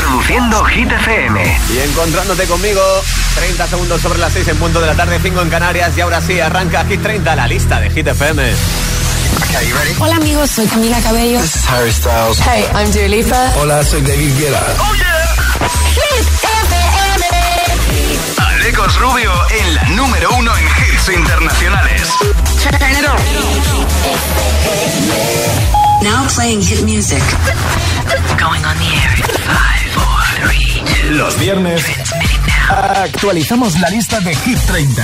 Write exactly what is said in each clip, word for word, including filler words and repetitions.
Reproduciendo Hit F M. Y encontrándote conmigo, treinta segundos sobre las seis en punto de la tarde, cinco en Canarias. Y ahora sí, arranca Hit treinta, la lista de Hit F M. Okay, you ready? Hola amigos, soy Camila Cabello. This is Harry Styles. Hey, I'm Dua Lipa. Hola, soy David Guetta. Oh yeah. Hit F M. Alecos Rubio en la número uno en hits internacionales. Turn it on. Now playing hit music. Going on the air in five, four, three, two. Los viernes actualizamos la lista de Hit treinta.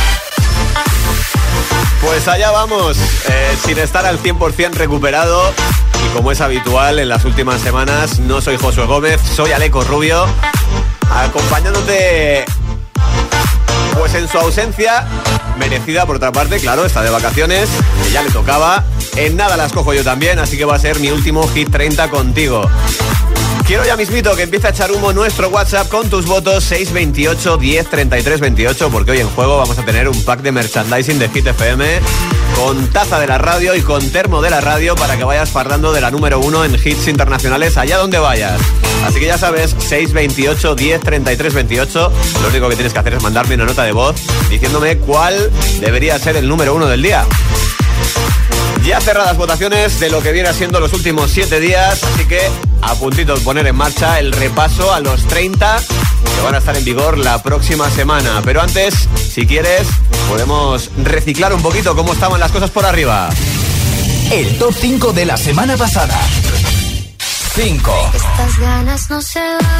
Pues allá vamos, eh, sin estar al cien por ciento recuperado. Y como es habitual en las últimas semanas, no soy Josué Gómez, soy Alecos Rubio, acompañándote pues en su ausencia, merecida por otra parte, claro, está de vacaciones, que ya le tocaba. En nada las cojo yo también, así que va a ser mi último Hit treinta contigo. Quiero ya mismito que empiece a echar humo nuestro WhatsApp con tus votos seis veintiocho, diez, treinta y tres, veintiocho, porque hoy en juego vamos a tener un pack de merchandising de Hit F M con taza de la radio y con termo de la radio para que vayas fardando de la número uno en hits internacionales allá donde vayas. Así que ya sabes, seis veintiocho, diez, treinta y tres, veintiocho. Lo único que tienes que hacer es mandarme una nota de voz diciéndome cuál debería ser el número uno del día. Ya cerradas votaciones de lo que viene siendo los últimos siete días, así que a puntito de poner en marcha el repaso a los treinta que van a estar en vigor la próxima semana. Pero antes, si quieres, podemos reciclar un poquito cómo estaban las cosas por arriba. El top cinco de la semana pasada. cinco. Estas ganas no se van.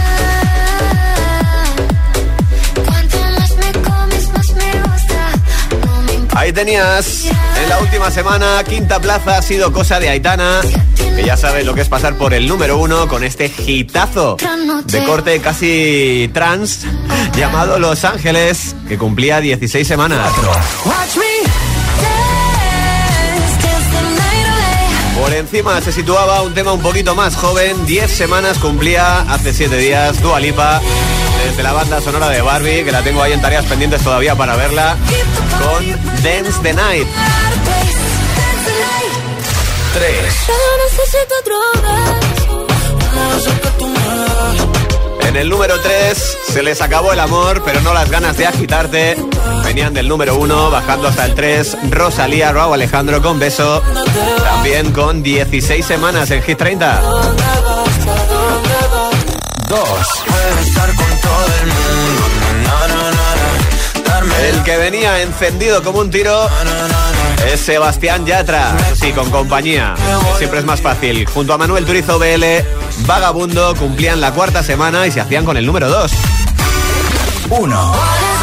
Cuanto más me comes, más me gusta. No me importa. Ahí tenías, en la última semana, quinta plaza ha sido cosa de Aitana, que ya sabes lo que es pasar por el número uno con este hitazo de corte casi trans llamado Los Ángeles, que cumplía dieciséis semanas. Por encima se situaba un tema un poquito más joven, diez semanas cumplía hace siete días Dua Lipa, desde la banda sonora de Barbie, que la tengo ahí en tareas pendientes todavía para verla, con Dance the Night. tres. En el número tres se les acabó el amor, pero no las ganas de agitarte. Venían del número uno, bajando hasta el tres, Rosalía, Rauw Alejandro con Beso, también con dieciséis semanas en Hit treinta. dos. El que venía encendido como un tiro es Sebastián Yatra, sí, con compañía, siempre es más fácil. Junto a Manuel Turizo B L, Vagabundo cumplían la cuarta semana y se hacían con el número dos. uno.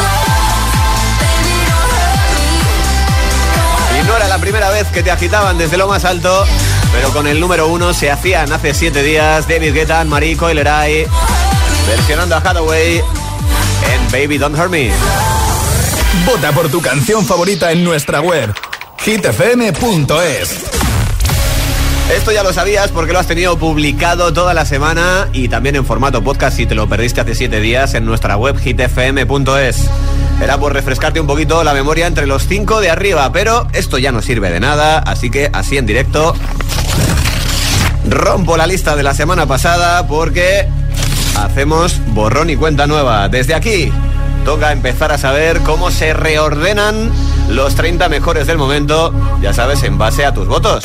Y no era la primera vez que te agitaban desde lo más alto, pero con el número uno se hacían hace siete días David Guetta, Marie Coileray, versionando a Hathaway en Baby Don't Hurt Me. Vota por tu canción favorita en nuestra web, hit f m punto es. Esto ya lo sabías porque lo has tenido publicado toda la semana y también en formato podcast si te lo perdiste hace siete días en nuestra web hit f m punto es. Era por refrescarte un poquito la memoria entre los cinco de arriba, pero esto ya no sirve de nada, así que así en directo rompo la lista de la semana pasada porque hacemos borrón y cuenta nueva. Desde aquí toca empezar a saber cómo se reordenan los treinta mejores del momento, ya sabes, en base a tus votos.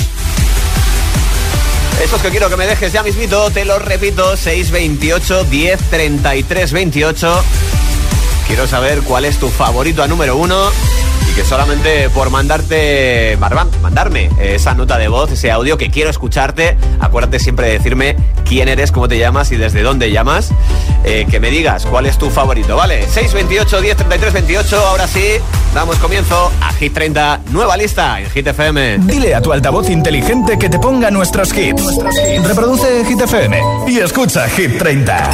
Esos que quiero que me dejes ya mismito, te los repito, seis veintiocho, diez, treinta y tres, veintiocho. Quiero saber cuál es tu favorito a número uno y que solamente por mandarte, mandarme esa nota de voz, ese audio que quiero escucharte, acuérdate siempre de decirme quién eres, cómo te llamas y desde dónde llamas, eh, que me digas cuál es tu favorito, ¿vale? seis veintiocho, diez, treinta y tres, veintiocho, ahora sí, damos comienzo a Hit treinta, nueva lista en Hit F M. Dile a tu altavoz inteligente que te ponga nuestros hits. Nuestros hits. Reproduce Hit F M y escucha Hit treinta.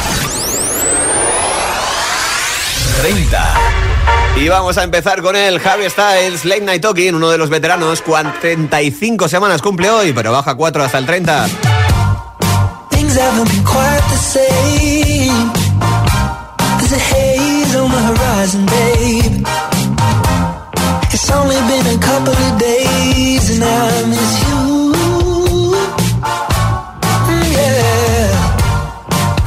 treinta. Y vamos a empezar con el Harry Styles, Late Night Talking, uno de los veteranos, treinta y cinco semanas cumple hoy, pero baja cuatro hasta el treinta. Things haven't been quite the same. There's a haze on the horizon, babe. It's only been a couple of days and I miss you. Yeah.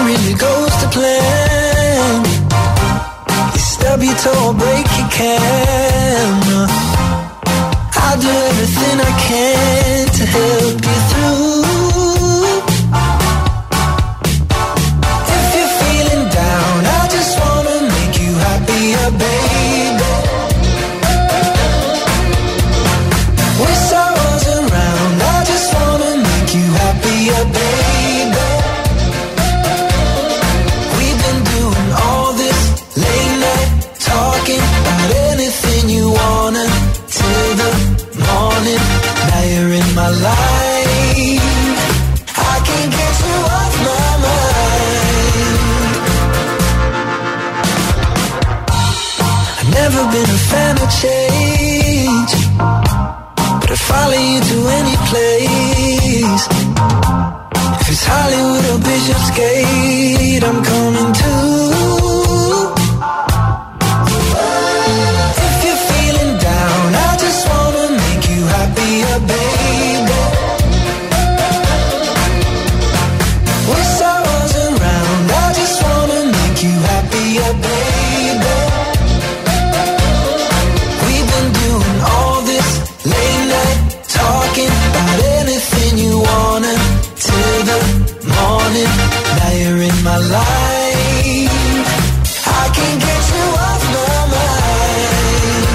really goes to plan, you stub your toe or break your camera, I'll do everything I can to help you through. If you're feeling down, I just wanna make you happier, baby. Wish I was around, I just wanna make you happier, baby. We've been doing all this late night talking about anything you wanna till the morning. Now you're in my life, I can't get you off my mind. I've never been a fan of change, but I'd follow you to any place. If it's Hollywood or Bishopsgate, I'm coming too. If you're feeling down, I just wanna make you happier, baby. Wish I was around, I just wanna make you happier, baby. We've been doing all this late night talking about anything you wanna till the morning. Now you're in my life, I can't get you off my mind.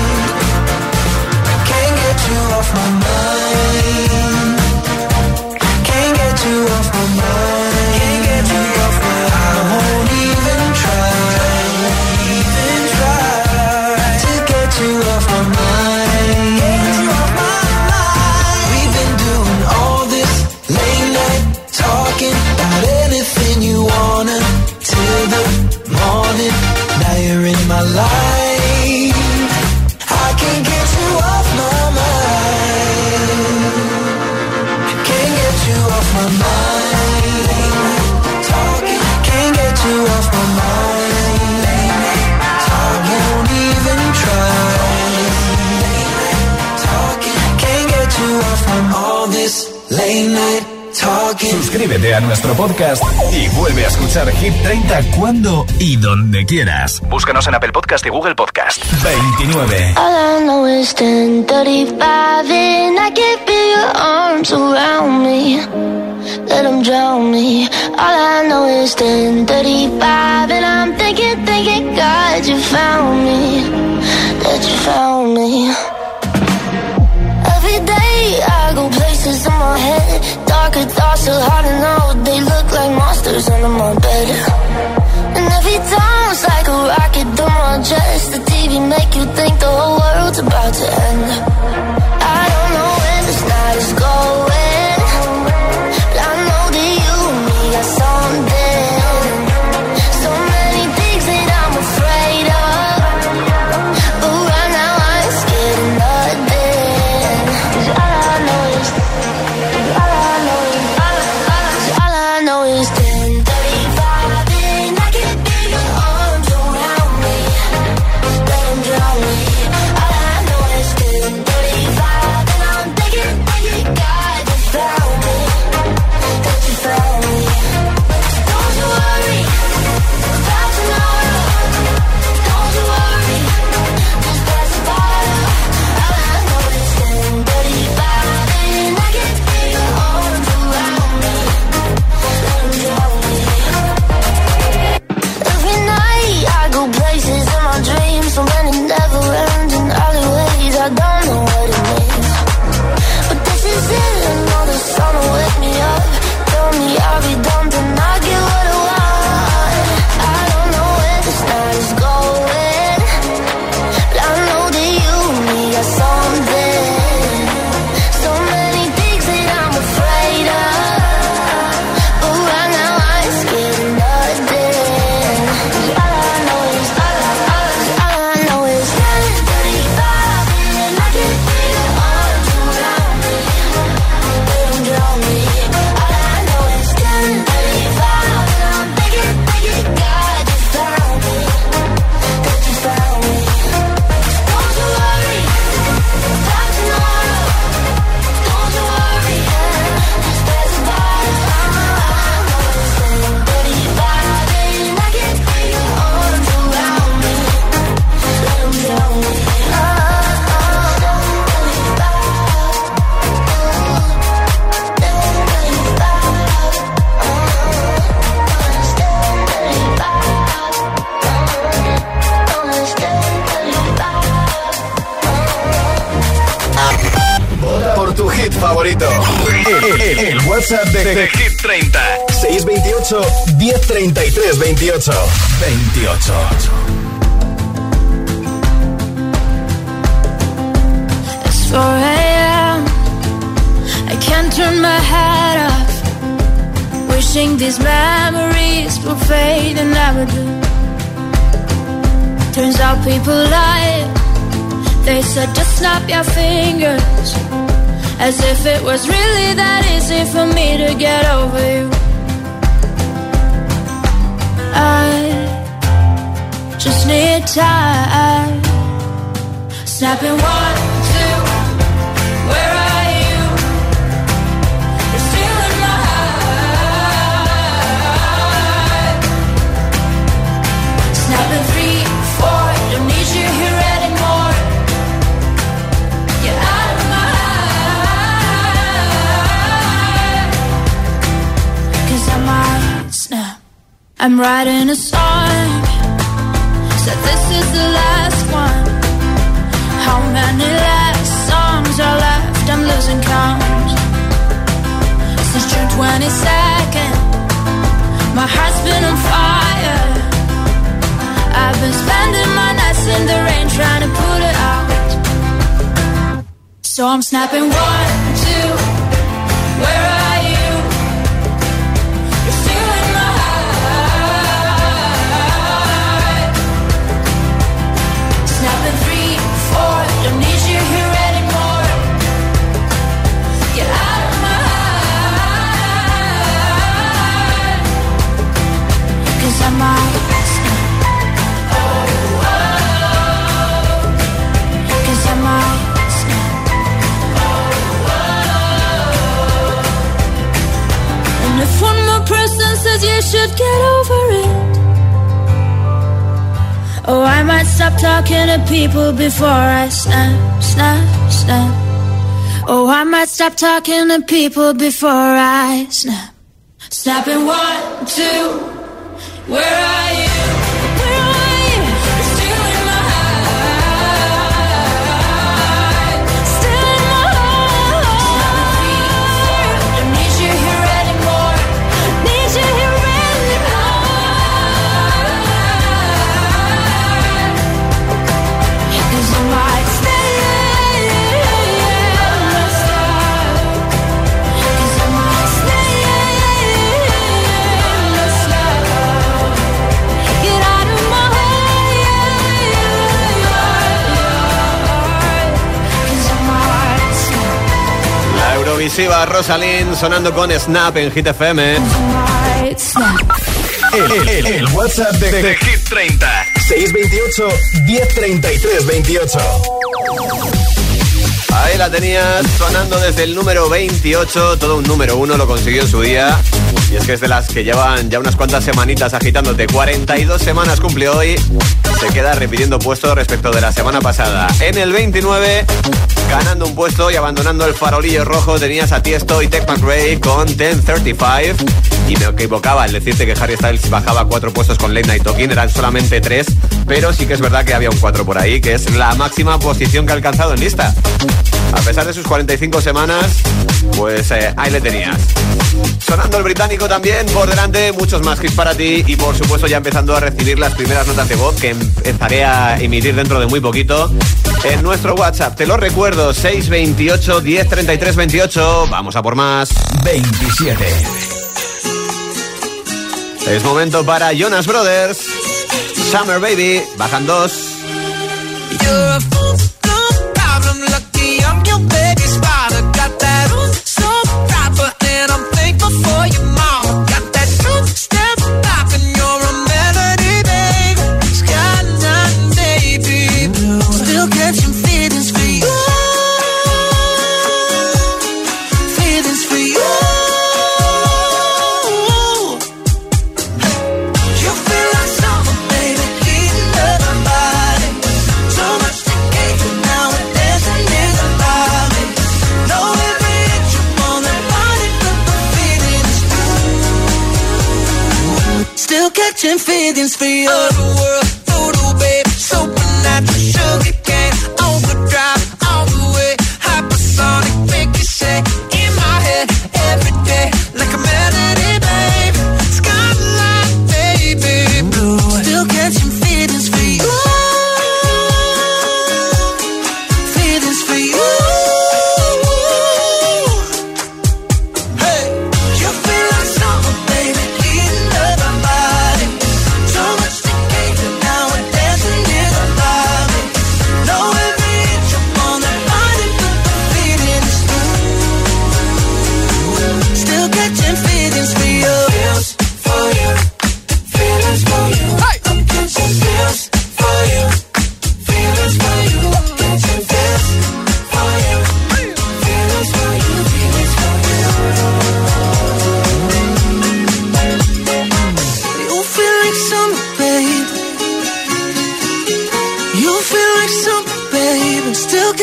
Can't get you off my mind. Can't get you off my mind. Can't get you off my mind. I won't even try, even try to get you off my mind. Get you off my mind. We've been doing all this late night talking about anything you wanna till the morning. Now you're in my life, I can't get you off my mind. Can't get you off my mind. Talking, can't get you off my mind. Talking, won't even try. Talking, can't get you off from all this late night talking. Suscríbete a nuestro podcast y vuelve a escuchar Hit treinta cuando y donde quieras. Búscanos en Apple Podcast y Google Podcast. veintinueve. All I know is ten thirty-five and I can't feel your arms around me. Let them drown me. All I know is ten thirty-five and I'm thinking, thinking, God, you found me. That you found me. Every day I go places in my head. Darker thoughts are hard to know. They look like monsters under my bed. And every time it's like a rocket through my chest. The T V make you think the whole world's about to end. I don't know where this night is going, but I know that you and me got something. So many things that I'm afraid of, but right now I ain't scared of nothing. 'Cause all I know is, all I know is, all I, all I know is ten thirty-five and I can feel your arms around me. Let them drown me. All I know is ten thirty-five. WhatsApp de, de, de Hit treinta. seis veintiocho, diez treinta y tres, veintiocho. veintiocho. It's four a.m. I can't turn my head off. Wishing these memories will fade and never do. Turns out people lie. They said just snap your fingers, as if it was really that easy for me to get over you. I just need time. Snapping one, two, where are you? You're still in my heart. Snapping three, four, don't need you here anymore. Get out of my heart. 'Cause I might snap. I'm writing a song, said this is the last one. How many last songs are left? I'm losing count. Since June twenty-second, my heart's been on fire. I've been spending my nights in the rain trying to put it out. So I'm snapping one, two, where are you? You're still in my heart. Snapping three, four, don't need you here anymore. Get out of my heart. 'Cause I might snap. Oh, oh. 'Cause I might snap. Oh, oh. And if one more person says you should get over it, oh, I might stop talking to people before I snap, snap, snap. Oh, I might stop talking to people before I snap. Snapping one, two, where are you? Where are you? You're still in my heart. Still in my heart. Don't need you here anymore. Need you here anymore. 'Cause I might stay. Cause I might stay. Get out of my heart. 'Cause I might snap. La Eurovisiva Rosalind sonando con Snap en Hit F M. I might snap. El, el, el WhatsApp de, De Hit treinta. seis veintiocho, diez treinta y tres, veintiocho. Ahí la tenías sonando desde el número veintiocho. Todo un número uno lo consiguió en su día. Y es que es de las que llevan ya unas cuantas semanitas agitándote. cuarenta y dos semanas cumple hoy. Se queda repitiendo puesto respecto de la semana pasada. En el veintinueve, ganando un puesto y abandonando el farolillo rojo, tenías a Tiesto y Tech McRae con diez treinta y cinco. Y me equivocaba al decirte que Harry Styles bajaba cuatro puestos con Late Night Talking. Eran solamente tres, pero sí que es verdad que había un cuatro por ahí, que es la máxima posición que ha alcanzado en lista. A pesar de sus cuarenta y cinco semanas, pues eh, ahí le tenías. Sonando el británico también, por delante, muchos más hits para ti. Y por supuesto ya empezando a recibir las primeras notas de voz que empezaré a emitir dentro de muy poquito en nuestro WhatsApp. Te lo recuerdo, seis veintiocho, diez treinta y tres, veintiocho. Vamos a por más. veintisiete. Es momento para Jonas Brothers. Summer Baby, bajan dos. You're a fool, no problem, lucky I'm your baby spider. Got that ooh, so proper, and I'm thankful for your mama. Got that two-step pop, and you're a melody, baby. Sky nine, baby. Still catching feelings for you. Feelings for you. You feel like summer, baby, heating up my body. So much to give, now we're dancing in the lobby. Know every inch you want that body, but the feeling is true. Still catching feelings for you. Oh, the world, voodoo, baby, supernatural sugar cane, overdrive all the way, hypersonic, make you say in my head every day.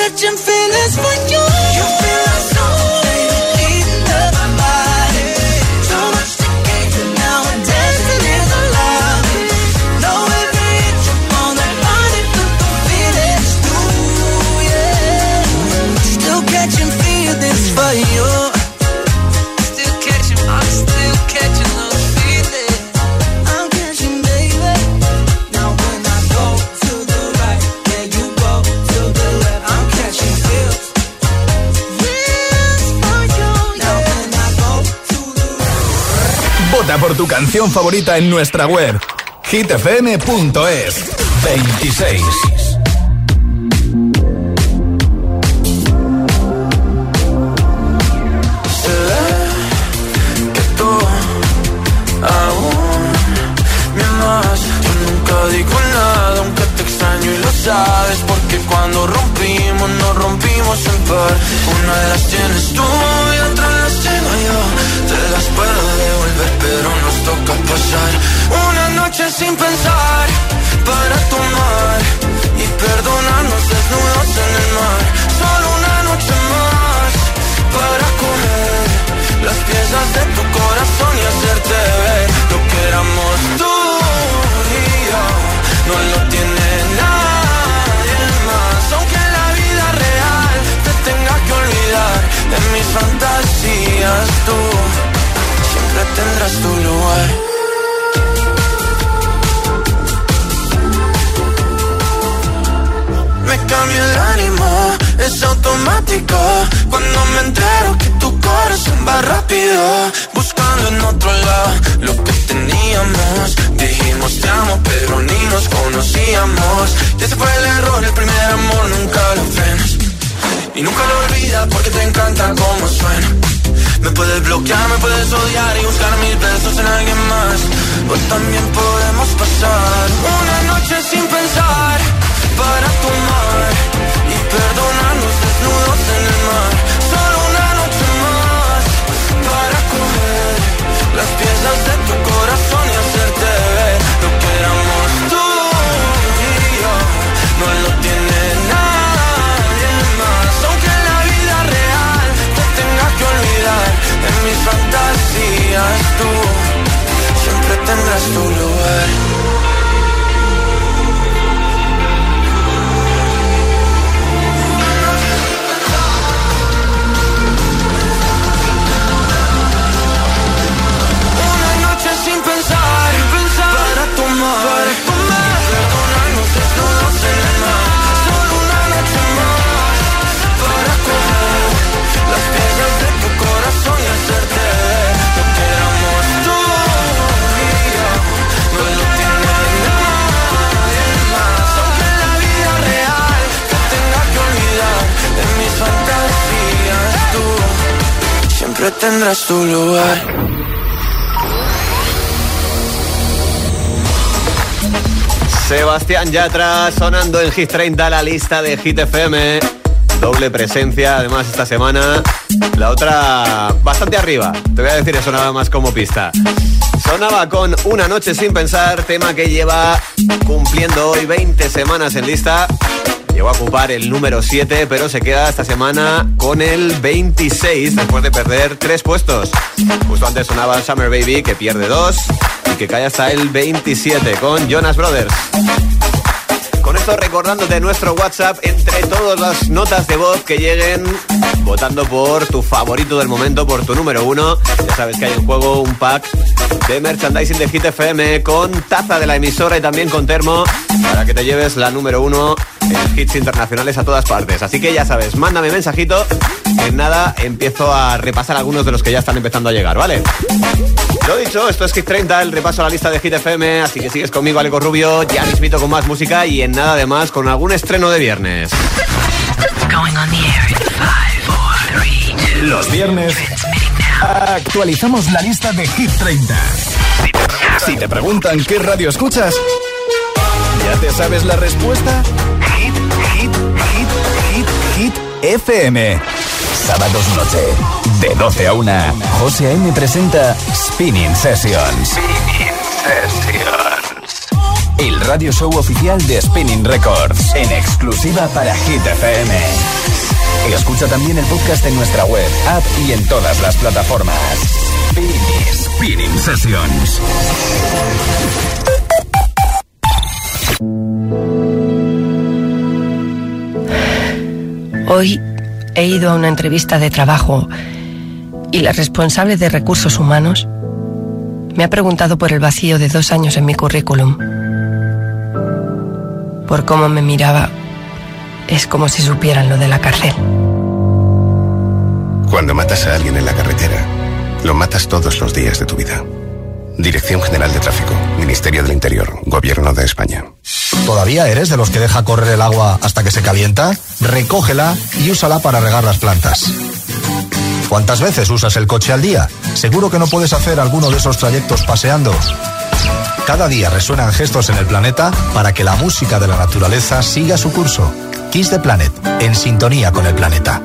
catching feelings for you. You feel like soul, baby, leading up my body. So much to gain, now I'm dancing in the lobby. Know every inch on that body, but the feelings through, yeah. Still catching feelings for you. Still catching, I'm still catching those feelings. I'm catching, baby. Now when I go to the right, yeah, you go to the left. I'm catching feels, feels for you. Now when I go to the right. Vota por tu canción favorita en nuestra web hit f m punto es. veintiséis. Que tú aún me amas. Yo nunca digo nada, aunque te extraño y lo sabes. Porque cuando rompimos, nos rompimos en par. Una de las tienes tú y otra las tengo yo. Te las puedo devolver, pero nos toca pasar una noche sin pensar para tomar y perdonarnos desnudos en el mar. Solo una noche más para coger las piezas de tu corazón y hacerte ver lo que éramos tú y yo. No lo tiene nadie más. Aunque en la vida real te tenga que olvidar, en mis fantasías tú siempre tendrás tu lugar. Me cambia el ánimo, es automático. Cuando me entero que tu corazón va rápido, buscando en otro lado lo que teníamos. Dijimos te amo, pero ni nos conocíamos. Y ese fue el error, el primer amor nunca lo frenas. Y nunca lo olvidas porque te encanta cómo suena. Me puedes bloquear, me puedes odiar y buscar mil besos en alguien más. O también podemos pasar una noche sin pensar para tomar y perdonarnos desnudos en el mar. Solo una noche más para coger las piezas de tu corazón y hacerte ver lo que éramos tú y yo. No lo tiene nadie más. Aunque en la vida real te tenga que olvidar, en mis fantasías tú siempre tendrás tu lugar. Para tomar, perdonarnos desnudos en el mar. Solo una noche más para coger las piezas de tu corazón y hacerte ver lo que éramos tú y yo. No lo tiene nadie más. Aunque en la vida real te tenga que olvidar, en mis fantasías tú siempre tendrás tu lugar. Sebastián Yatra sonando en Hit treinta, la lista de Hit F M. Doble presencia, además, esta semana. La otra bastante arriba. Te voy a decir eso nada más como pista. Sonaba con Una noche sin pensar, tema que lleva cumpliendo hoy veinte semanas en lista. Llegó a ocupar el número siete, pero se queda esta semana con el veintiséis después de perder tres puestos. Justo antes sonaba Summer Baby, que pierde dos y que cae hasta el veintisiete con Jonas Brothers. Con esto recordándote nuestro WhatsApp, entre todas las notas de voz que lleguen, votando por tu favorito del momento, por tu número uno. Ya sabes que hay en juego un pack de merchandising de Hit F M con taza de la emisora y también con termo para que te lleves la número uno en hits internacionales a todas partes. Así que ya sabes, mándame mensajito. En nada empiezo a repasar algunos de los que ya están empezando a llegar, ¿vale? Lo dicho, esto es Hit treinta, el repaso a la lista de Hit F M, así que sigues conmigo, Aleco Rubio, ya mismito con más música y en nada además con algún estreno de viernes. Going on the air in five, four, three, two. Los viernes actualizamos la lista de Hit treinta. Si te preguntan qué radio escuchas, ¿ya te sabes la respuesta? Hit, hit, hit, hit, hit F M. Sábados noche, de doce a una, José A M presenta Spinning Sessions. Spinning Sessions. El el radio show oficial de Spinning Records, en exclusiva para Hit F M. Escucha también el podcast en nuestra web, app y en todas las plataformas. Spinning, Spinning Sessions. Hoy he ido a una entrevista de trabajo y la responsable de recursos humanos me ha preguntado por el vacío de dos años en mi currículum. Por cómo me miraba, es como si supieran lo de la cárcel. Cuando matas a alguien en la carretera, lo matas todos los días de tu vida. Dirección General de Tráfico, Ministerio del Interior, Gobierno de España. ¿Todavía eres de los que deja correr el agua hasta que se calienta? Recógela y úsala para regar las plantas. ¿Cuántas veces usas el coche al día? ¿Seguro que no puedes hacer alguno de esos trayectos paseando? Cada día resuenan gestos en el planeta para que la música de la naturaleza siga su curso. Kiss the Planet, en sintonía con el planeta.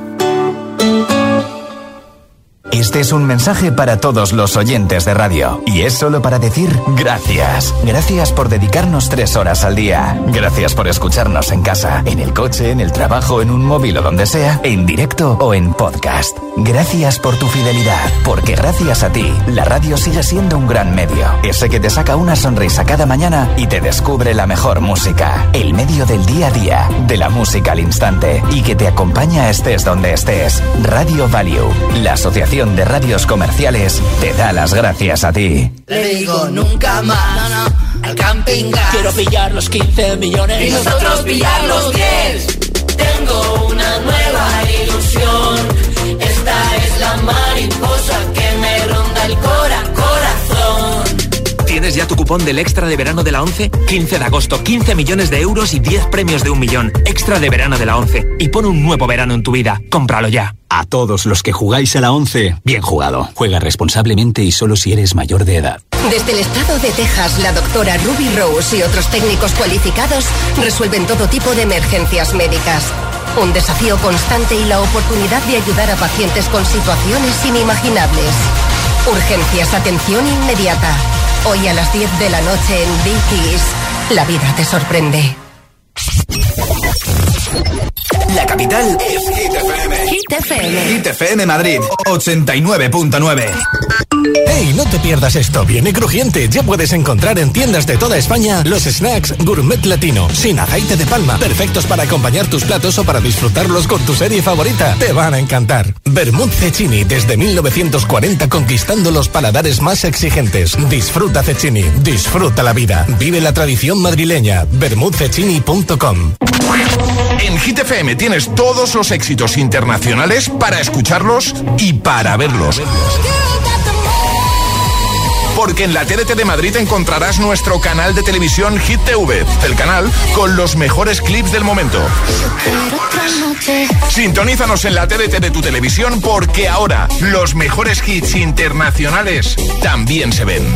Este es un mensaje para todos los oyentes de radio. Y es solo para decir gracias. Gracias por dedicarnos tres horas al día. Gracias por escucharnos en casa, en el coche, en el trabajo, en un móvil o donde sea, en directo o en podcast. Gracias por tu fidelidad, porque gracias a ti, la radio sigue siendo un gran medio. Ese que te saca una sonrisa cada mañana y te descubre la mejor música. El medio del día a día, de la música al instante y que te acompaña estés donde estés. Radio Value, la asociación de radios comerciales, te da las gracias a ti. Le digo nunca más, no, no, al camping gas. Quiero pillar los quince millones y nosotros pillar los diez. Tengo una nueva ilusión. Esta es la mariposa que me ronda el cora, corazón. ¿Tienes ya tu cupón del Extra de Verano de la ONCE? quince de agosto, quince millones de euros y diez premios de un millón. Extra de Verano de la ONCE. Y pon un nuevo verano en tu vida. Cómpralo ya. A todos los que jugáis a la ONCE, bien jugado. Juega responsablemente y solo si eres mayor de edad. Desde el estado de Texas, la doctora Ruby Rose y otros técnicos cualificados resuelven todo tipo de emergencias médicas. Un desafío constante y la oportunidad de ayudar a pacientes con situaciones inimaginables. Urgencias, atención inmediata. Hoy a las diez de la noche en Dickies. La vida te sorprende. La capital es Hit F M. Hit F M. Hit F M Madrid, ochenta y nueve punto nueve. ¡Hey! No te pierdas esto, viene crujiente. Ya puedes encontrar en tiendas de toda España los snacks Gourmet Latino, sin aceite de palma, perfectos para acompañar tus platos o para disfrutarlos con tu serie favorita. Te van a encantar. Vermut Cecchini, desde mil novecientos cuarenta conquistando los paladares más exigentes. Disfruta Cecchini, disfruta la vida. Vive la tradición madrileña. vermut cecchini punto com. En Hit F M tienes todos los éxitos internacionales para escucharlos y para verlos. Porque en la T D T de Madrid encontrarás nuestro canal de televisión Hit T V, el canal con los mejores clips del momento. Sintonízanos en la T D T de tu televisión porque ahora los mejores hits internacionales también se ven.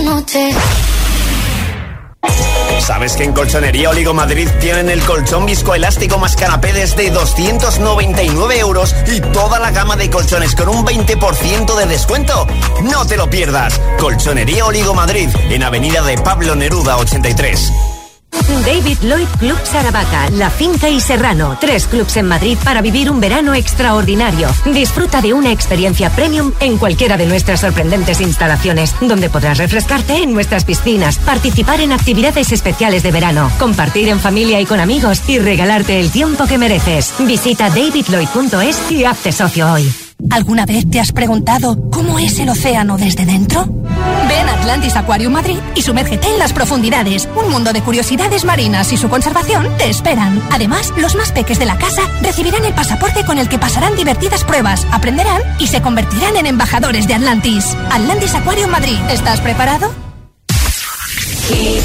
¿Sabes que en Colchonería Oligo Madrid tienen el colchón viscoelástico más canapé desde doscientos noventa y nueve euros y toda la gama de colchones con un veinte por ciento de descuento? No te lo pierdas. Colchonería Oligo Madrid, en Avenida de Pablo Neruda ochenta y tres. David Lloyd Club Saravaca, La Finca y Serrano. Tres clubs en Madrid para vivir un verano extraordinario. Disfruta de una experiencia premium en cualquiera de nuestras sorprendentes instalaciones, donde podrás refrescarte en nuestras piscinas, participar en actividades especiales de verano, compartir en familia y con amigos y regalarte el tiempo que mereces. Visita david lloyd punto es y hazte socio hoy. ¿Alguna vez te has preguntado cómo es el océano desde dentro? Ven a Atlantis Aquarium Madrid y sumérgete en las profundidades. Un mundo de curiosidades marinas y su conservación te esperan. Además, los más peques de la casa recibirán el pasaporte con el que pasarán divertidas pruebas, aprenderán y se convertirán en embajadores de Atlantis. Atlantis Aquarium Madrid. ¿Estás preparado? Sí.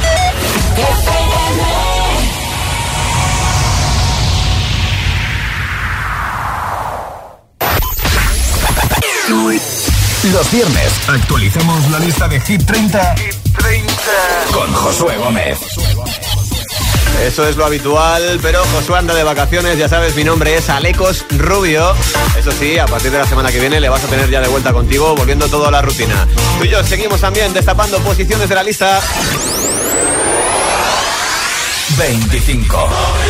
Los viernes actualizamos la lista de Hit treinta, Hit treinta con Josué Gómez. Eso es lo habitual, pero Josué anda de vacaciones, ya sabes, mi nombre es Alecos Rubio. Eso sí, a partir de la semana que viene le vas a tener ya de vuelta contigo, volviendo todo a la rutina. Tú y yo seguimos también destapando posiciones de la lista. veinticinco.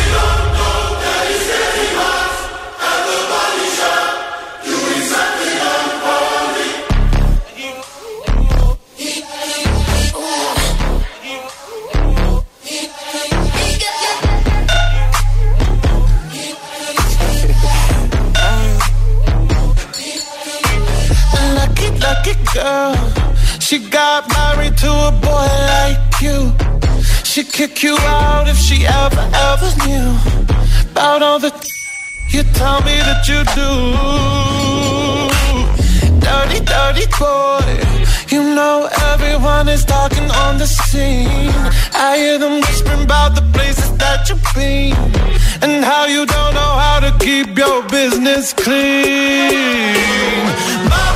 Lucky girl, she got married to a boy like you. She'd kick you out if she ever, ever knew about all the you tell me that you do. Dirty, dirty boy, you know everyone is talking on the scene. I hear them whispering about the places that you've been and how you don't know how to keep your business clean. Mommy,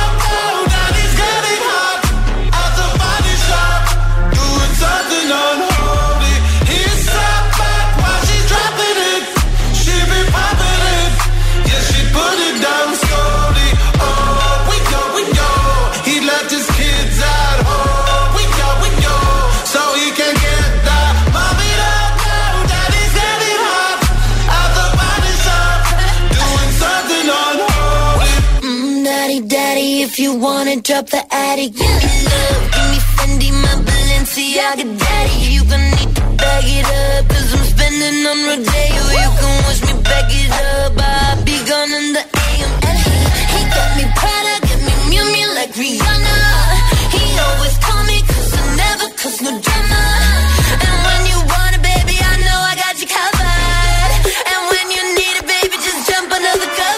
unholy. He's sat back while she's dropping it. She be popping it. Yeah, she put it down slowly. Oh, we go, we go. He left his kids at home. We go, we go. So he can get that. Mommy don't know daddy's getting hot at the body shop, doing something unholy. Mm, daddy, daddy, if you wanna drop the attic, give me love, give me Fendi, my Balenciaga daddy. You gonna need to bag it up, cause I'm spending on Rodeo. You can wish me back it up, I'll be gone in the A M. And he, he got me Prada, got me Miu Miu like Rihanna. He always call me cause I never cause no drama. And when you want it, baby, I know I got you covered. And when you need it, baby, just jump under the covers.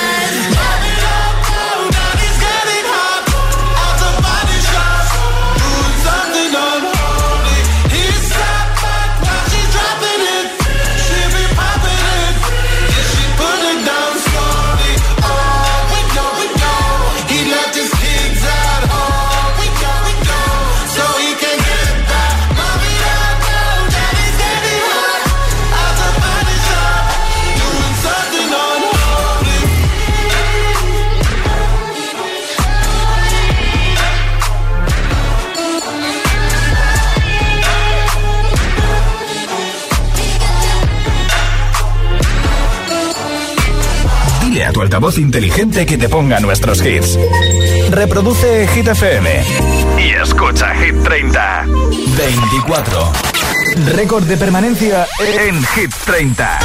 A tu altavoz inteligente que te ponga nuestros hits. Reproduce Hit F M y escucha Hit treinta. veinticuatro. Récord de permanencia en Hit treinta.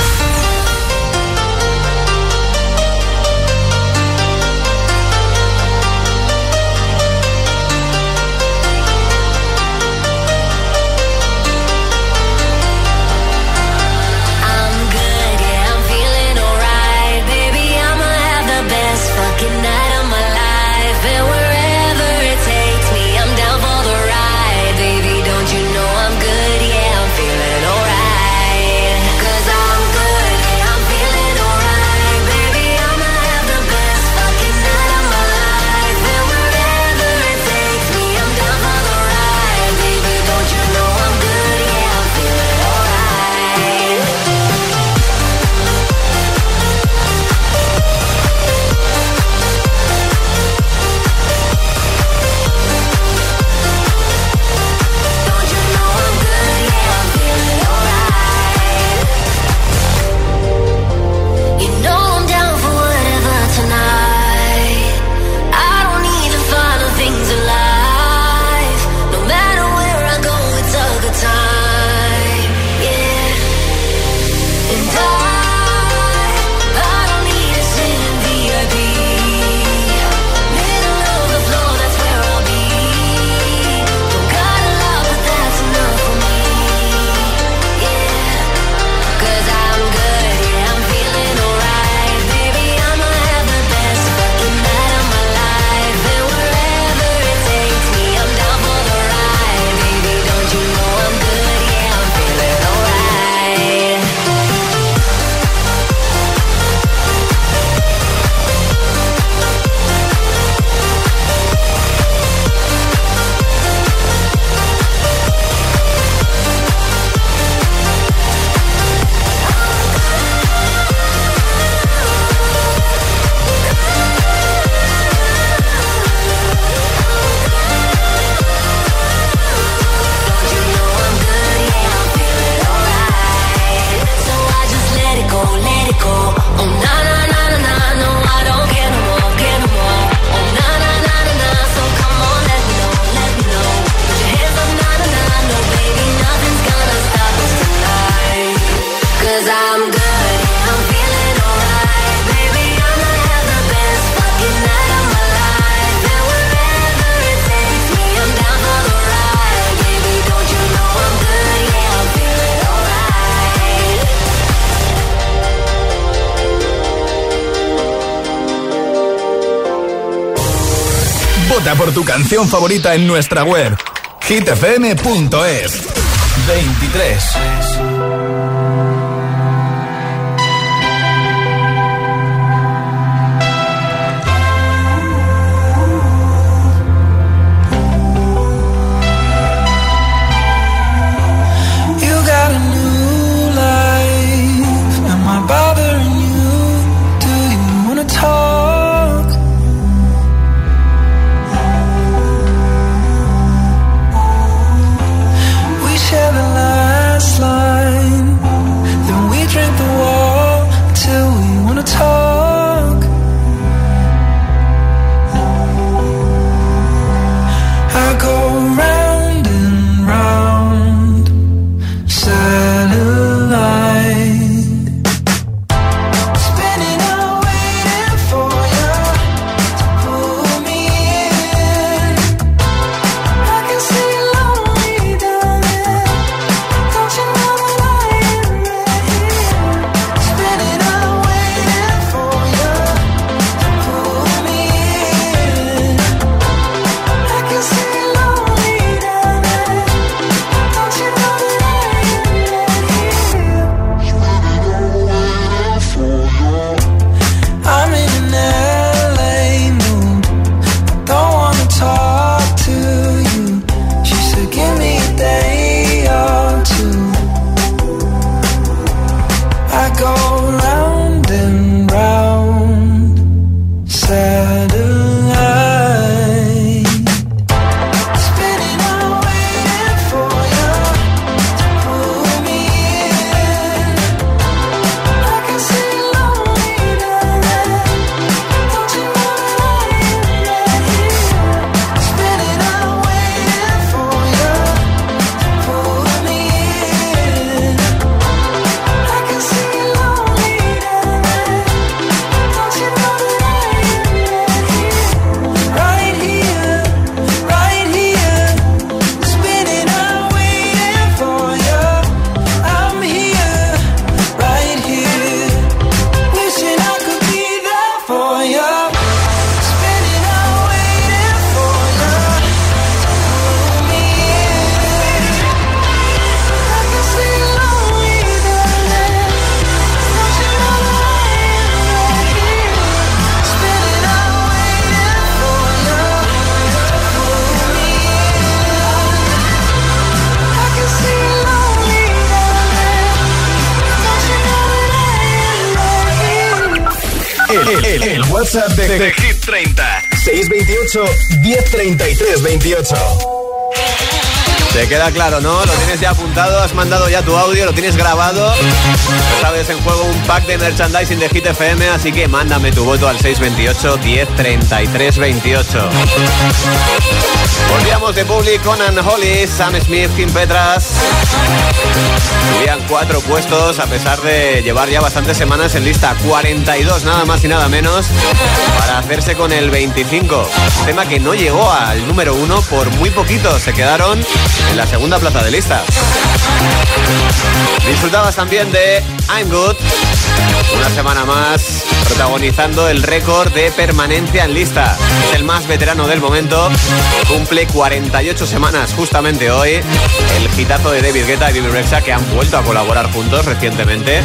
Don't you know I'm good? Yeah, I'm feeling alright. 'Cause I'm good. Vota por tu canción favorita en nuestra web hit f m punto es. veintitrés. El, el, el WhatsApp de, de, de Hit treinta. seis veintiocho, diez treinta y tres veintiocho. Te queda claro, ¿no? Lo tienes ya apuntado, has mandado ya tu audio, lo tienes grabado. Ya sabes, en juego un pack de merchandising de Hit F M, así que mándame tu voto al seis veintiocho, diez treinta y tres veintiocho. Volvíamos de Public, Conan Holly, Sam Smith, Kim Petras. Subían cuatro puestos a pesar de llevar ya bastantes semanas en lista. cuarenta y dos, nada más y nada menos, para hacerse con el veinticinco. Tema que no llegó al número uno por muy poquito. Se quedaron en la segunda plaza de lista. Disfrutabas también de I'm Good, una semana más protagonizando el récord de permanencia en lista. Es el más veterano del momento, cumple cuarenta y ocho semanas justamente hoy. El hitazo de David Guetta y Bibi Rexha, que han vuelto a colaborar juntos recientemente.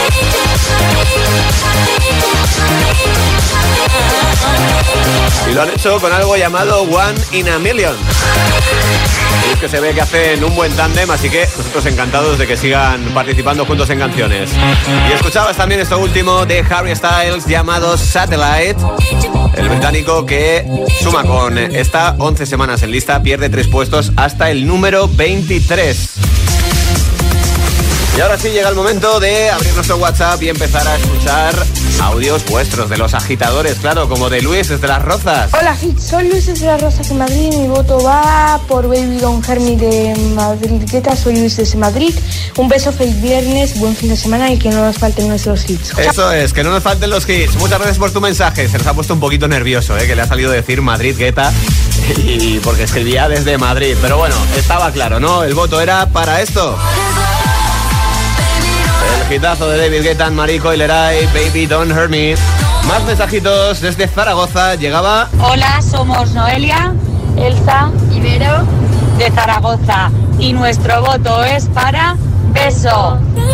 Y lo han hecho con algo llamado One in a Million. Y es que se ve que hacen un buen tándem, así que nosotros encantados de que sigan participando juntos en canciones. Y escuchabas también esto último de Harry Styles llamado Satellite. El británico que suma con esta once semanas en lista, pierde tres puestos hasta el número veintitrés. Y ahora sí llega el momento de abrir nuestro WhatsApp y empezar a escuchar audios vuestros de los agitadores, claro, como de Luis desde Las Rozas. Hola Hit, soy Luis desde Las Rozas en Madrid y mi voto va por Baby Don't Hurt Me de Madrid Guetta. Soy Luis desde Madrid. Un beso, feliz viernes, buen fin de semana y que no nos falten nuestros hits. Eso es, que no nos falten los hits. Muchas gracias por tu mensaje. Se nos ha puesto un poquito nervioso, ¿eh? Que le ha salido decir Madrid Guetta y porque escribía desde Madrid. Pero bueno, estaba claro, ¿no? El voto era para esto. El hitazo de David Guetta, Marico y Leray, Baby Don't Hurt Me. Más mensajitos desde Zaragoza. Llegaba... Hola, somos Noelia, Elsa, Ibero, de Zaragoza. Y nuestro voto es para Beso.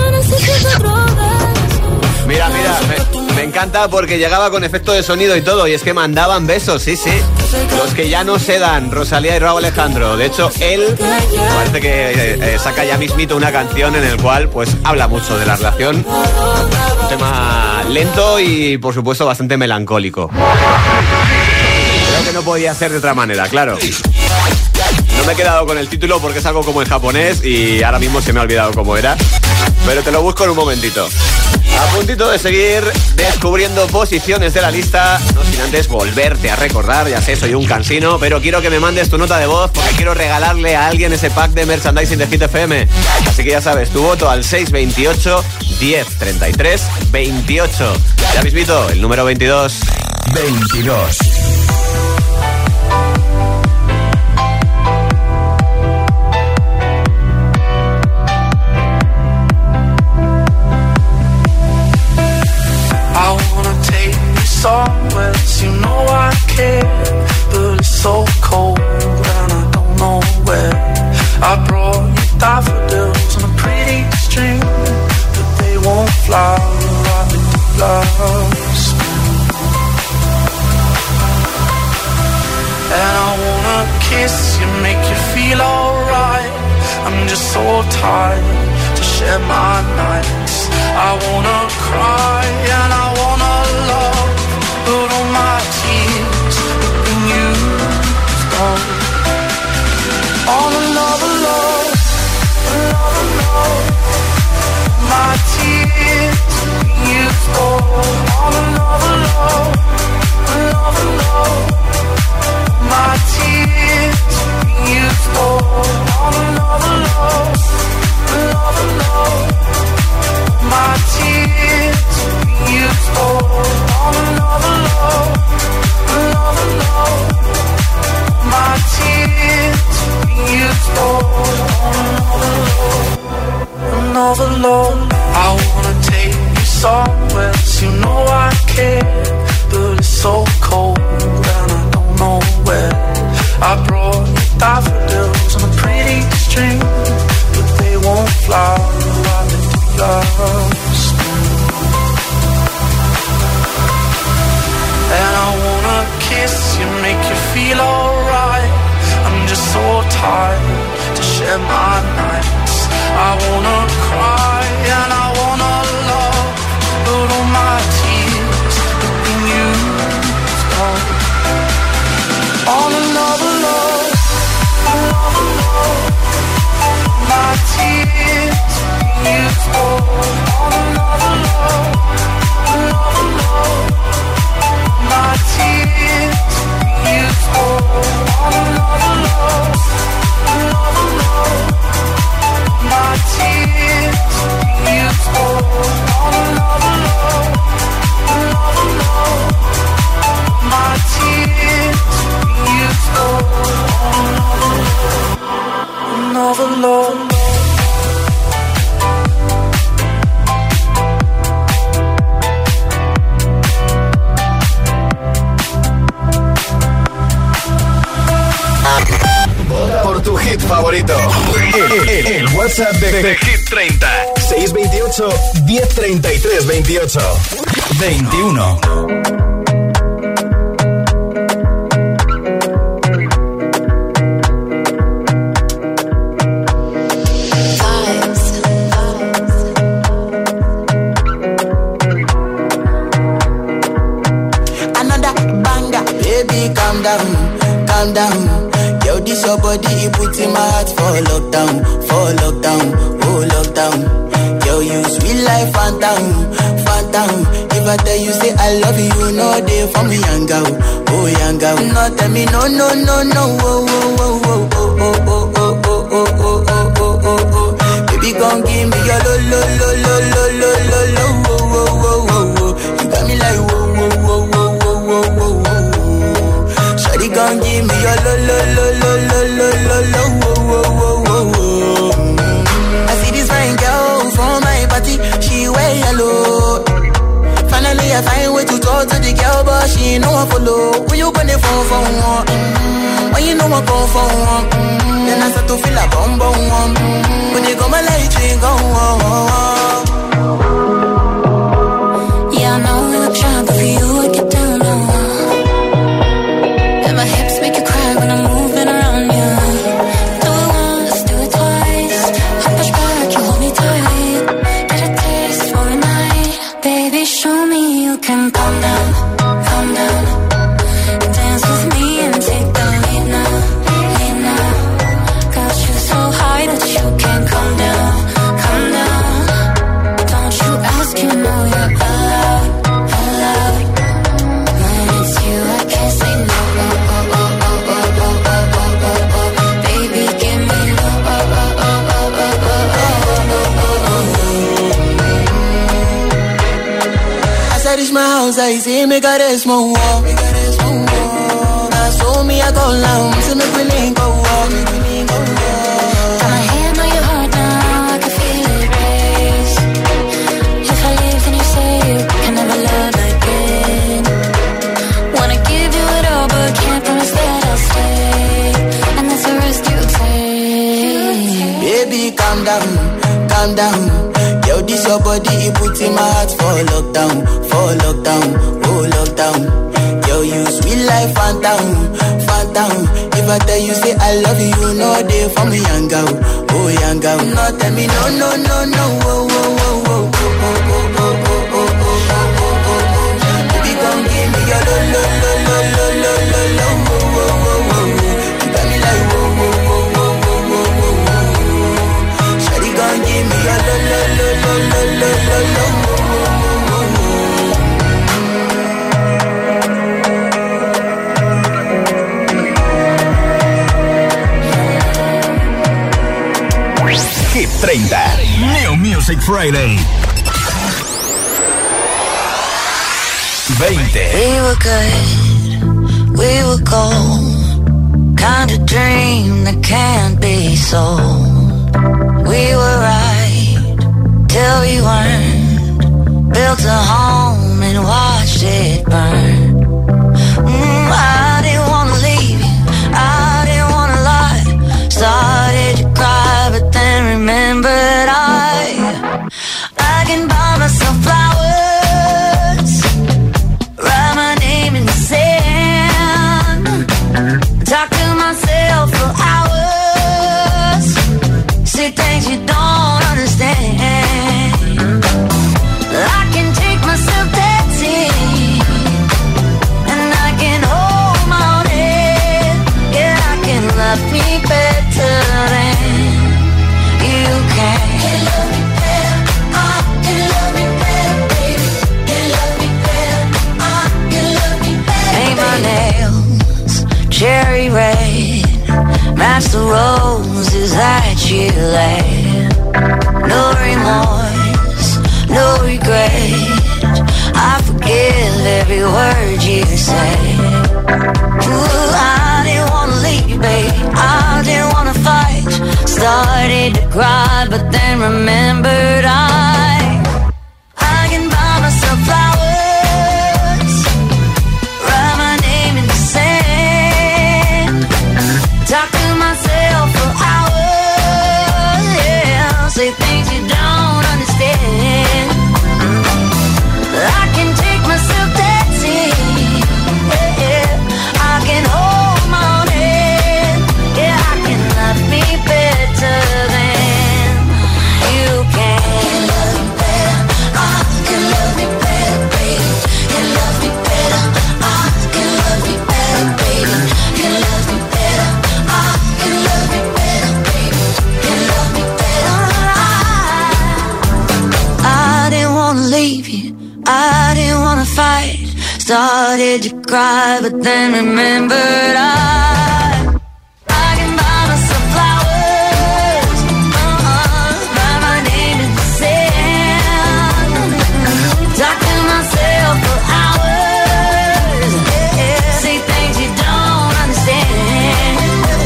Mira, mira, me, me encanta porque llegaba con efecto de sonido y todo. Y es que mandaban besos, sí, sí. Los que ya no se dan, Rosalía y Rauw Alejandro. De hecho, él parece que eh, eh, saca ya mismito una canción en el cual pues habla mucho de la relación. Un tema lento y, por supuesto, bastante melancólico. Creo que no podía ser de otra manera, claro. No me he quedado con el título porque es algo como en japonés y ahora mismo se me ha olvidado cómo era. Pero te lo busco en un momentito. A puntito de seguir descubriendo posiciones de la lista, no sin antes volverte a recordar, ya sé, soy un cansino, pero quiero que me mandes tu nota de voz porque quiero regalarle a alguien ese pack de merchandising de Hit F M. Así que ya sabes, tu voto al seis veintiocho, diez treinta y tres, veintiocho. Ya mismito, el número veintidós. veintidós. Somewhere you know I care, but it's so cold and I don't know where. I brought you daffodils on a pretty string, but they won't flower like they do last spring. And I wanna kiss you, make you feel alright. I'm just so tired to share my nights. I wanna cry and I wanna love, but all my tears have been used up. All another love, another love. My tears have been used up. All another love, another love. My tears have been used up. All another love, another love. My tears have been used up. On another love, another love. My tears have been used up. On another love, another love. I wanna take you somewhere, you know I care, but it's so cold and I don't know where. I brought you daffodils on a pretty string, but they won't flower like they do last spring. And I wanna kiss you, make you feel alright. I'm just so tired to share my nights. I wanna cry and I wanna love, but all my tears have been used up. On another love, another love. My tears have been used up. On another love, another love. My tears have been used up. On another love, another love. My tears have been used up. On another love, another love. My tears have been used up. On another love, another love. Por tu hit favorito. El, el, el WhatsApp de, de, de Hit treinta. seis veintiocho, diez treinta y tres, veintiocho. veintiuno. Another banger, baby, calm down, calm down. Yo, this your body, it puts in my heart for lockdown, for lockdown, oh lockdown. Yo, you sweet life, phantom, phantom. If I tell you say I love you, you know they for me, young girl, oh young girl. No, tell me no, no, no, no, oh, oh, oh, oh, oh, oh, oh, oh, oh, oh, oh, oh, oh, oh. Baby, gon' give me your lo, lo, lo, lo, lo, lo, lo, lo, oh, oh, oh, oh, oh. You got me like whoa, whoa, whoa, whoa, whoa, whoa, whoa. Shawty gon' give me your lo, lo, lo, lo, lo, lo, lo, lo, oh, oh, oh, oh, oh. I see this fine girl from my party, she wear yellow. Finally me a find way to talk to the girl, but she ain't no one follow. When you gonna phone for one? Mm-hmm. When you know I come for one? Mm-hmm. Then I start to feel a bum bum one. Mm-hmm. When you come my light ring go on. Yeah, I know we look shy, but for you I get down low. And my hips make you cry when I'm moving around you. Do it once, do it twice. I push back, you hold me tight. Get a taste for a night. Baby, show me you can calm down, calm down. Dance with me and take the lead now, lead now. Got you so high that you can't calm down, calm down. Don't you ask, you know you're allowed, allowed. When it's you, I can't say no. Oh, oh, oh, oh, oh, oh, oh, oh, oh, oh. Baby, give me love. Oh, oh, oh, oh, oh, oh, oh, oh, oh, oh. As I reach my house, I see me got a small wall. Now so me I go loud, so me we link go walk. Got my hand on your heart now, I can feel it race. If I leave, then you say you can never love again. Wanna give you it all, but can't promise that I'll stay. And that's the risk you take. Baby, calm down, calm down. Yo, this your body, it puts in my heart for lockdown, for lockdown, oh lockdown. Yo, you sweet life, phantom, phantom. If I tell you say I love you, you know they for me, young girl, oh young girl. No, tell me no, no, no, no, oh, oh, oh, oh, oh, oh, oh, oh, oh, oh, oh, oh, oh. Baby, come give me your lo, lo, lo, lo, lo, lo, lo, lo, oh, oh, oh, oh. You got me like oh, oh, oh, oh, oh, oh, oh, oh. Shawty, come give me your lo, lo, lo, lo, lo, lo, lo, lo, oh, oh, oh, oh. Hit treinta. New Music Friday. veinte. We were good, we were gold. Kind of dream that can't be sold. We were right till we weren't. Built a home and watched it burn. Mm, I didn't wanna leave you, I didn't wanna lie. Started to cry, but then remembered I I can buy myself flowers, write my name in the sand, talk to myself for hours, say things you don't understand. I can take myself dancing, and I can hold my own head. Yeah, I can love me better than you can. Can love me better, I can love me better, baby. Can love me better, I can love me better. Paint my nails cherry red, match the roses that you laid. No remorse, no regret. I forgive every word you say. Ooh, I didn't wanna leave, babe. I didn't wanna fight. Started to cry, but then remembered I I can buy myself flowers, write my name in the sand, talk to myself for hours, yeah, say things you don't understand. I can take myself dancing, yeah, I can hold my own head, yeah, I can love me better than you can. Can love me better, I can love me better, baby. Can love me better, I can love me better, baby. Can love me better, I can love me better, baby. Can love me better, I I didn't wanna leave you, I didn't wanna fight. Started to cry, but then remembered I I can buy myself flowers, uh-huh, write my name in the sand, talk to myself for hours, yeah, say things you don't understand.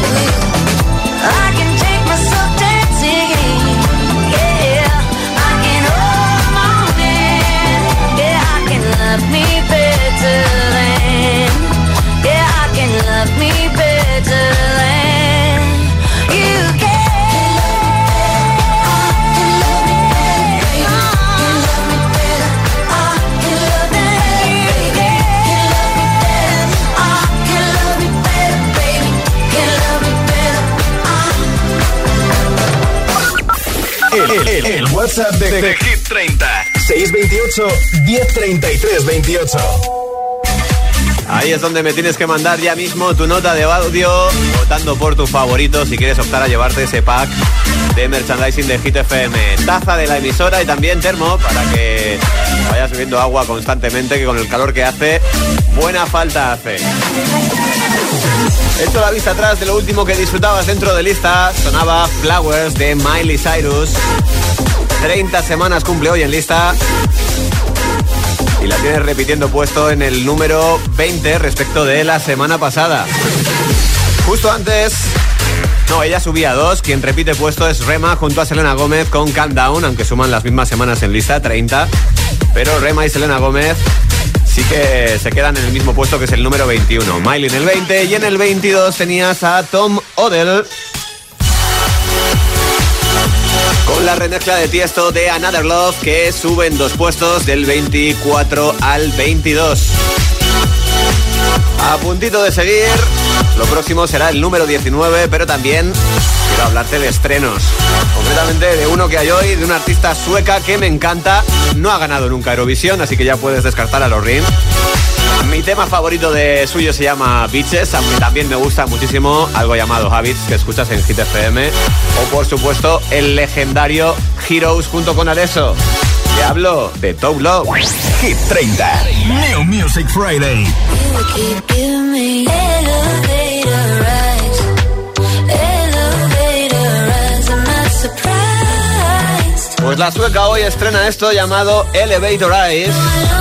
I can take myself dancing, yeah, I can hold my own hand, yeah, I can love El, el, el WhatsApp de, de, de Hit treinta. seis veintiocho, diez treinta y tres veintiocho. Ahí es donde me tienes que mandar ya mismo tu nota de audio, votando por tu favorito si quieres optar a llevarte ese pack de merchandising de Hit F M. Taza de la emisora y también termo para que vayas bebiendo agua constantemente, que con el calor que hace, buena falta hace. Esto la vista atrás de lo último que disfrutabas dentro de lista. Sonaba Flowers de Miley Cyrus. treinta semanas cumple hoy en lista. Y la tienes repitiendo puesto en el número veinte respecto de la semana pasada. Justo antes... No, ella subía dos. Quien repite puesto es Rema junto a Selena Gómez con Calm Down, aunque suman las mismas semanas en lista, treinta. Pero Rema y Selena Gómez sí que se quedan en el mismo puesto, que es el número veintiuno. Miley en el veinte y en el veintidós tenías a Tom Odell con la remezcla de Tiesto de Another Love, que suben dos puestos del veinticuatro al veintidós. A puntito de seguir, lo próximo será el número diecinueve, pero también quiero hablarte de estrenos. Concretamente de uno que hay hoy, de una artista sueca que me encanta. No ha ganado nunca Eurovisión, así que ya puedes descartar a Loreen. Mi tema favorito de suyo se llama Beaches, aunque también me gusta muchísimo algo llamado Habits, que escuchas en Hit F M. O por supuesto, el legendario Heroes junto con Alesso. Te hablo de Top Love. Hit treinta. New Music Friday. Pues la sueca hoy estrena esto llamado Elevator Eyes.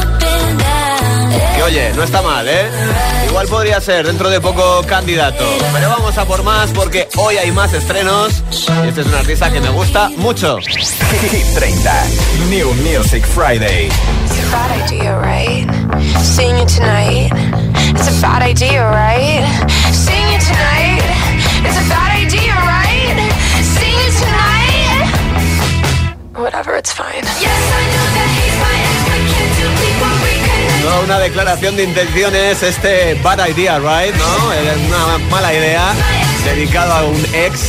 Que oye, no está mal, ¿eh? Igual podría ser dentro de poco candidato. Pero vamos a por más porque hoy hay más estrenos. Y este es un artista que me gusta mucho. Hit treinta. New Music Friday. It's a bad idea, right? Seeing you tonight. It's a bad idea, right? Seeing you tonight. It's a bad idea, right? Seeing you tonight. Whatever, it's fine. Yes, I know that he's my ex, but can't do people reconnect. No, una declaración de intenciones, este Bad Idea, right? ¿No? Es una mala idea, dedicado a un ex,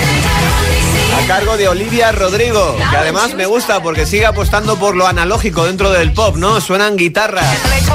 a cargo de Olivia Rodrigo, que además me gusta porque sigue apostando por lo analógico dentro del pop, ¿no? Suenan guitarras,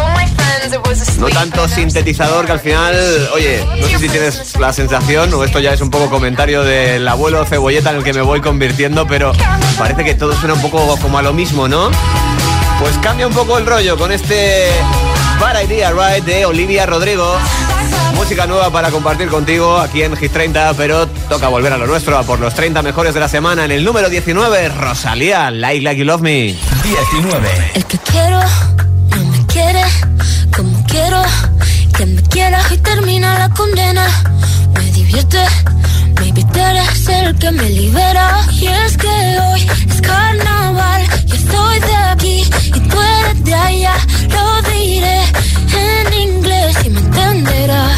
no tanto sintetizador, que al final, oye, no sé si tienes la sensación, o esto ya es un poco comentario del abuelo cebolleta en el que me voy convirtiendo, pero parece que todo suena un poco como a lo mismo, ¿no? Pues cambia un poco el rollo con este Bad Idea, right, de Olivia Rodrigo. Música nueva para compartir contigo aquí en Hit treinta, pero toca volver a lo nuestro, a por los treinta mejores de la semana. En el número diecinueve, Rosalía, Like Like You Love Me. diecinueve. El que quiero no me quiere como quiero que me quiera y termina la condena. Me divierte, maybe tú eres el que me libera. Y es que hoy es carnaval, yo estoy de aquí y tú eres de allá. Lo diré en inglés y me entenderás.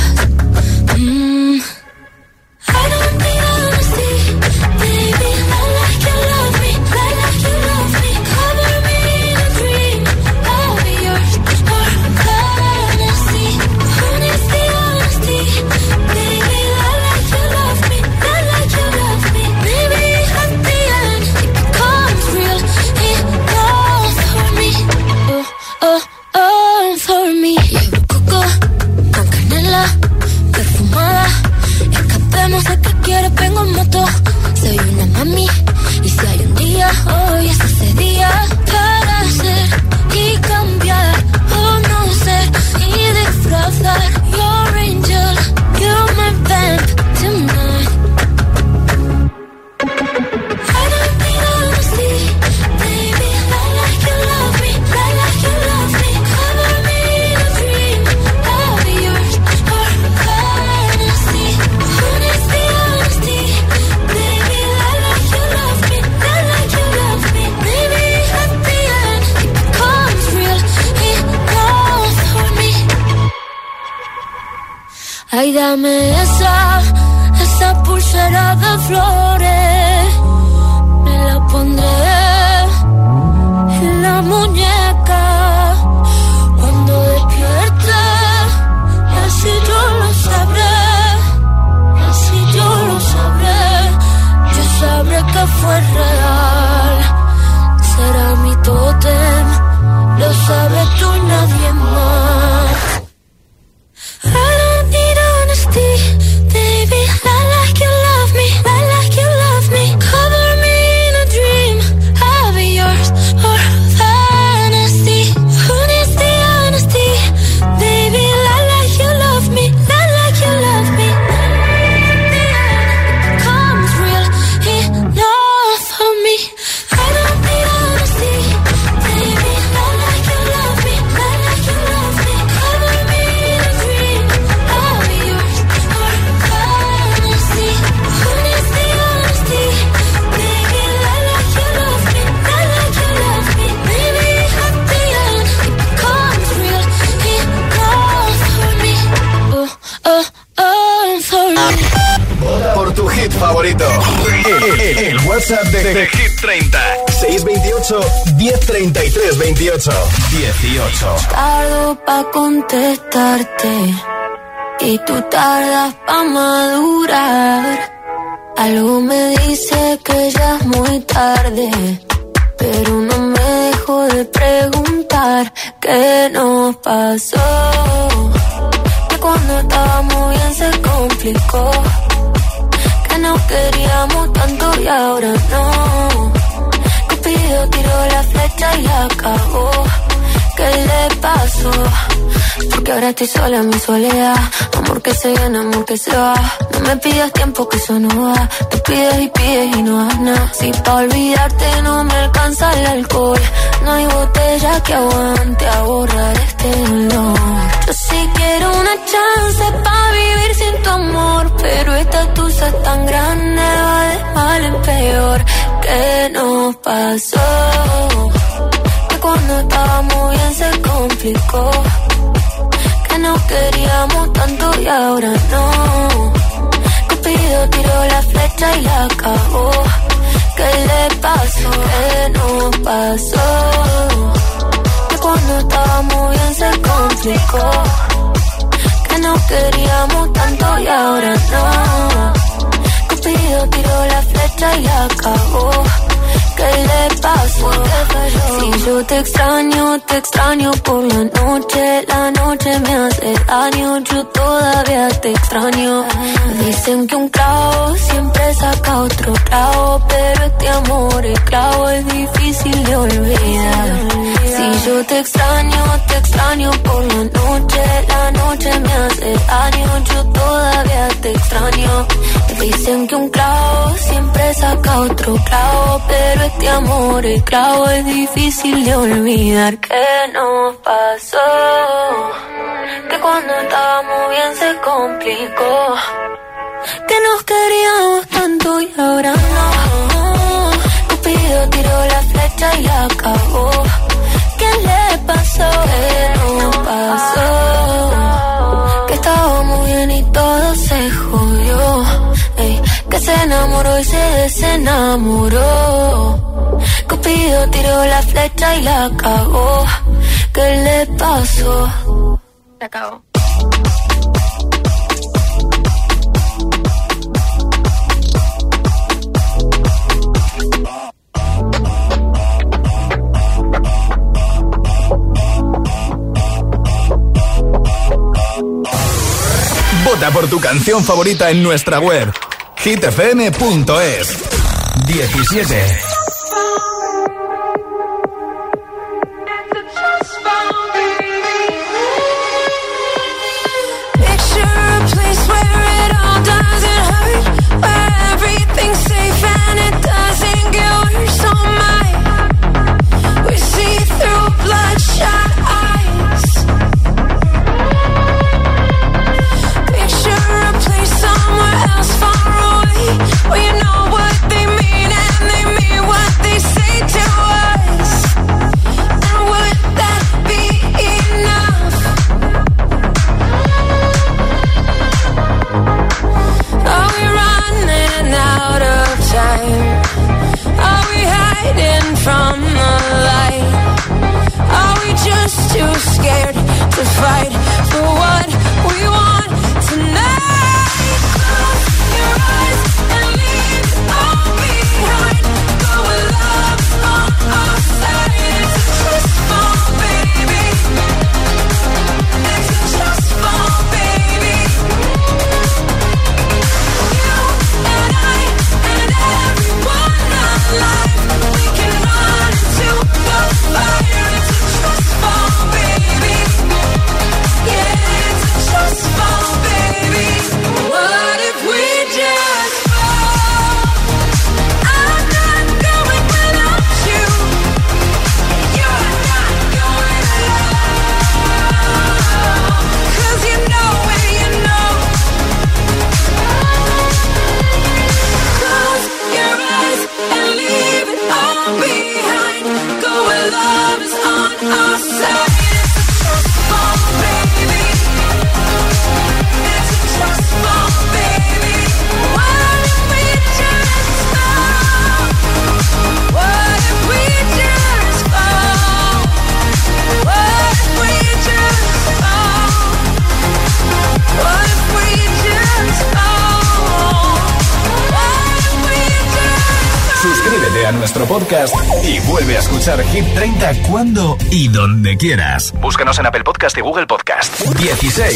Mm. I don't need honesty, baby. I like you love me, I like you love me. Cover me in a dream, I'll be yours for honesty, honesty, honesty. Baby, I like you love me, I like you love me. Maybe at the end it becomes real, it goes for me. Oh, oh, oh, for me. Llevo coco con canela perfumada. Escapemos de que quieres, vengo en moto. Soy una mami y si hay un día, hoy es ese día para ser y cambiar o no ser y disfrazar. Your angel, you're my vamp tonight. I don't need honesty, baby. I like you love me, I like you love me. Cover me in a dream, I'll be yours for honesty, honesty, honesty. Baby, I like you love me, I like you love me. Maybe at the end it becomes real, it goes for me. Ay, dame esa, esa pulsera de flores. Me la pondré en la muñeca cuando despierte. Así yo lo sabré, así yo lo sabré. Yo sabré que fue real. favorito. El, el, el WhatsApp de, de Hit treinta. seis veintiocho, diez treinta y tres veintiocho. dieciocho. Tardo pa' contestarte y tú tardas pa' madurar. Algo me dice que ya es muy tarde, pero no me dejo de preguntar qué nos pasó. Que cuando estábamos bien se complicó, que nos queríamos tanto y ahora no. Cupido tiró la flecha y la acabó. ¿Qué le pasó? Porque ahora estoy sola en mi soledad. Amor que se gana, amor que se va. No me pidas tiempo que eso no va. Te pides y pides y no das nada. Si pa' olvidarte no me alcanza el alcohol, no hay botella que aguante a borrar este dolor. Yo sí quiero una chance pa' vivir sin tu amor, pero esta tusa es tan grande, va de mal en peor. ¿Qué nos pasó? Cuando estábamos bien se complicó, que nos queríamos tanto y ahora no. Cupido tiró la flecha y la acabó. ¿Qué le pasó? ¿Qué nos pasó? Que cuando estábamos bien se complicó, que nos queríamos tanto y ahora no. Cupido tiró la flecha y la acabó. ¿Qué le pasó? ¿Qué falló? Si yo te extraño, te extraño por la noche. La noche me hace daño, yo todavía te extraño. Dicen que un clavo siempre saca otro clavo, pero este amor esclavo es difícil de olvidar. Si yo te extraño, te extraño por la noche. La noche me hace daño, yo todavía te extraño. Dicen que un clavo siempre saca otro clavo, pero este amor esclavo es difícil de olvidar. ¿Qué nos pasó? Que cuando estábamos bien se complicó, que nos queríamos tanto y ahora no. Cupido tiró la flecha y la acabó. ¿Qué le pasó? ¿Qué nos pasó? Que estábamos bien y todo se jodió. Ey, que se enamoró y se desenamoró. Cupido tiró la flecha y la cagó. ¿Qué le pasó? Se acabó. Vota por tu canción favorita en nuestra web hit f m punto es. diecisiete. Well, you know what they mean and they mean what Suscríbete a nuestro podcast y vuelve a escuchar Hit treinta cuando y donde quieras. Búscanos en Apple Podcast y Google Podcast. dieciséis.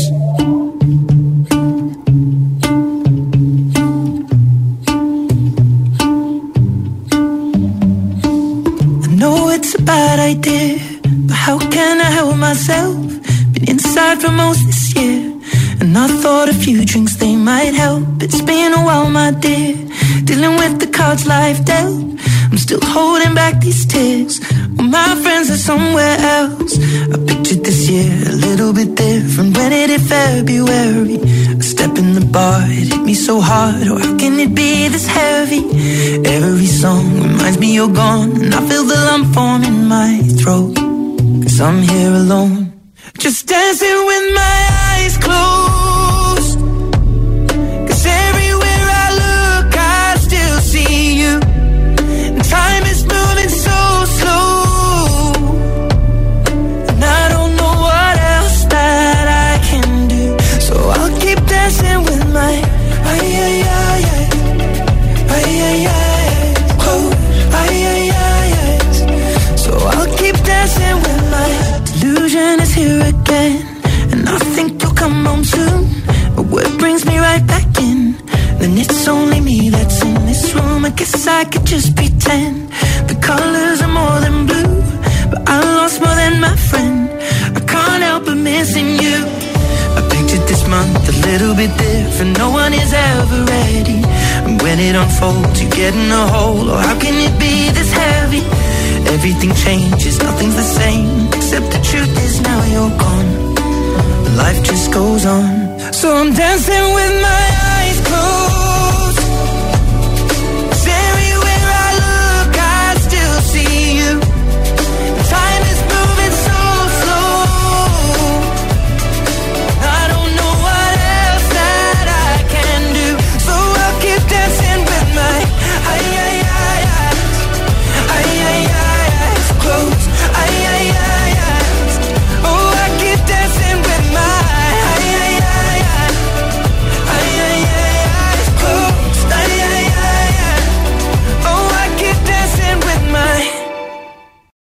I know it's a bad idea, but how can I help myself? Been inside for most this year, and I thought a few drinks, they might help. It's been a while, my dear, dealing with the cards life dealt. I'm still holding back these tears, well, my friends are somewhere else. I pictured this year a little bit different. When it hit February, a step in the bar, it hit me so hard. Oh, how can it be this heavy? Every song reminds me you're gone, and I feel the lump form in my throat, 'cause I'm here alone, just dancing with my eyes closed. 'Cause everywhere I look, I still see you. And time is moving so slow, and I don't know what else that I can do. So I'll keep dancing with my ay ay ay ay ay ay ay close ay ay ay ay. So I'll keep dancing with my delusion is here again, and I think you'll come home soon. But what brings me right back in? Then it's only me that's in this room. I guess I could just pretend the colors are more than blue, but I lost more than my friend. I can't help but missing you. I pictured this month a little bit different. No one is ever ready, and when it unfolds, you get in a hole. Oh, how can it be this heavy? Everything changes, nothing's the same, except the truth is now you're gone. Life just goes on, so I'm dancing with my eyes closed.